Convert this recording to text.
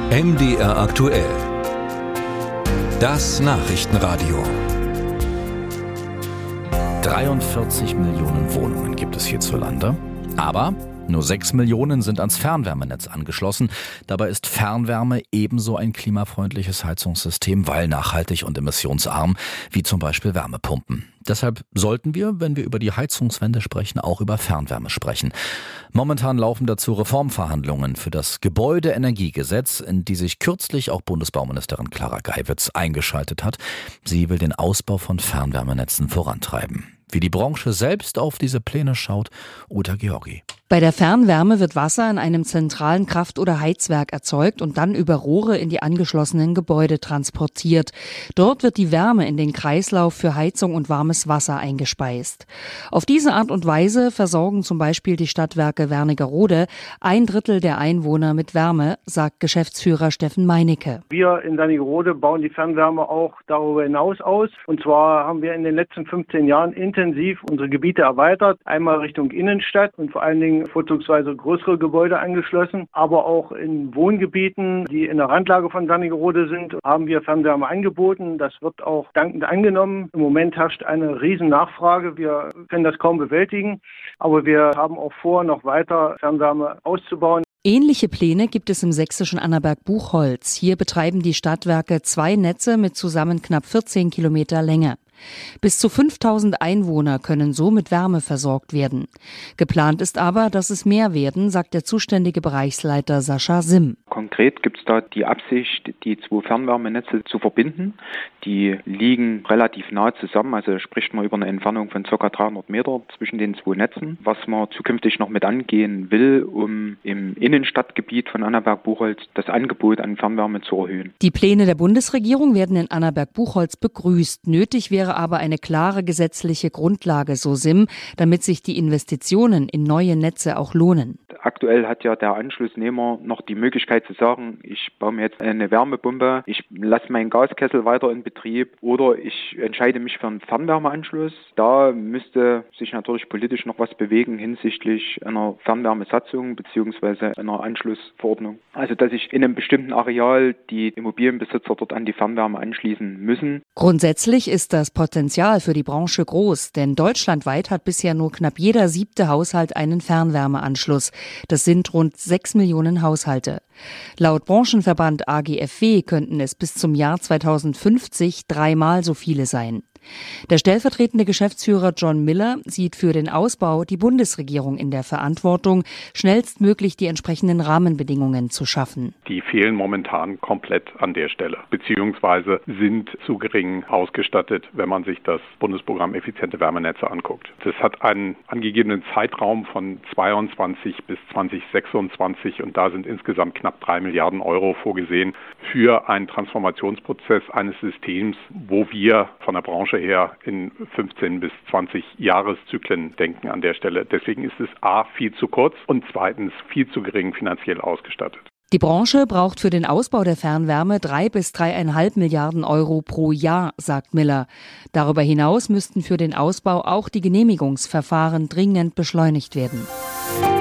MDR aktuell. Das Nachrichtenradio. 43 Millionen Wohnungen gibt es hierzulande, aber nur 6 Millionen sind ans Fernwärmenetz angeschlossen. Dabei ist Fernwärme ebenso ein klimafreundliches Heizungssystem, weil nachhaltig und emissionsarm, wie zum Beispiel Wärmepumpen. Deshalb sollten wir, wenn wir über die Heizungswende sprechen, auch über Fernwärme sprechen. Momentan laufen dazu Reformverhandlungen für das Gebäudeenergiegesetz, in die sich kürzlich auch Bundesbauministerin Clara Geiwitz eingeschaltet hat. Sie will den Ausbau von Fernwärmenetzen vorantreiben. Wie die Branche selbst auf diese Pläne schaut, Uta Georgi. Bei der Fernwärme wird Wasser in einem zentralen Kraft- oder Heizwerk erzeugt und dann über Rohre in die angeschlossenen Gebäude transportiert. Dort wird die Wärme in den Kreislauf für Heizung und warmes Wasser eingespeist. Auf diese Art und Weise versorgen zum Beispiel die Stadtwerke Wernigerode 1/3 der Einwohner mit Wärme, sagt Geschäftsführer Steffen Meinecke. Wir in Wernigerode bauen die Fernwärme auch darüber hinaus aus. Und zwar haben wir in den letzten 15 Jahren intensiv unsere Gebiete erweitert. Einmal Richtung Innenstadt und vor allen Dingen vorzugsweise größere Gebäude angeschlossen. Aber auch in Wohngebieten, die in der Randlage von Wernigerode sind, haben wir Fernwärme angeboten. Das wird auch dankend angenommen. Im Moment herrscht eine riesen Nachfrage. Wir können das kaum bewältigen. Aber wir haben auch vor, noch weiter Fernwärme auszubauen. Ähnliche Pläne gibt es im sächsischen Annaberg-Buchholz. Hier betreiben die Stadtwerke 2 Netze mit zusammen knapp 14 Kilometer Länge. Bis zu 5000 Einwohner können so mit Wärme versorgt werden. Geplant ist aber, dass es mehr werden, sagt der zuständige Bereichsleiter Sascha Simm. Konkret gibt es da die Absicht, die 2 Fernwärmenetze zu verbinden. Die liegen relativ nah zusammen, also spricht man über eine Entfernung von ca. 300 Meter zwischen den 2 Netzen. Was man zukünftig noch mit angehen will, um im Innenstadtgebiet von Annaberg-Buchholz das Angebot an Fernwärme zu erhöhen. Die Pläne der Bundesregierung werden in Annaberg-Buchholz begrüßt. Nötig wäre aber eine klare gesetzliche Grundlage, so Simm, damit sich die Investitionen in neue Netze auch lohnen. Aktuell hat ja der Anschlussnehmer noch die Möglichkeit zu sagen, ich baue mir jetzt eine Wärmepumpe, ich lasse meinen Gaskessel weiter in Betrieb oder ich entscheide mich für einen Fernwärmeanschluss. Da müsste sich natürlich politisch noch was bewegen hinsichtlich einer Fernwärmesatzung bzw. einer Anschlussverordnung. Also dass sich in einem bestimmten Areal die Immobilienbesitzer dort an die Fernwärme anschließen müssen. Grundsätzlich ist das Potenzial für die Branche groß, denn deutschlandweit hat bisher nur knapp jeder 7. Haushalt einen Fernwärmeanschluss. Das sind rund 6 Millionen Haushalte. Laut Branchenverband AGFW könnten es bis zum Jahr 2050 3-mal so viele sein. Der stellvertretende Geschäftsführer John Miller sieht für den Ausbau die Bundesregierung in der Verantwortung, schnellstmöglich die entsprechenden Rahmenbedingungen zu schaffen. Die fehlen momentan komplett an der Stelle, beziehungsweise sind zu gering ausgestattet, wenn man sich das Bundesprogramm Effiziente Wärmenetze anguckt. Das hat einen angegebenen Zeitraum von 22 bis 2026 und da sind insgesamt knapp 3 Milliarden Euro vorgesehen für einen Transformationsprozess eines Systems, wo wir von der Branche her in 15 bis 20 Jahreszyklen denken an der Stelle. Deswegen ist es A, viel zu kurz und zweitens viel zu gering finanziell ausgestattet. Die Branche braucht für den Ausbau der Fernwärme 3 bis 3,5 Milliarden Euro pro Jahr, sagt Miller. Darüber hinaus müssten für den Ausbau auch die Genehmigungsverfahren dringend beschleunigt werden.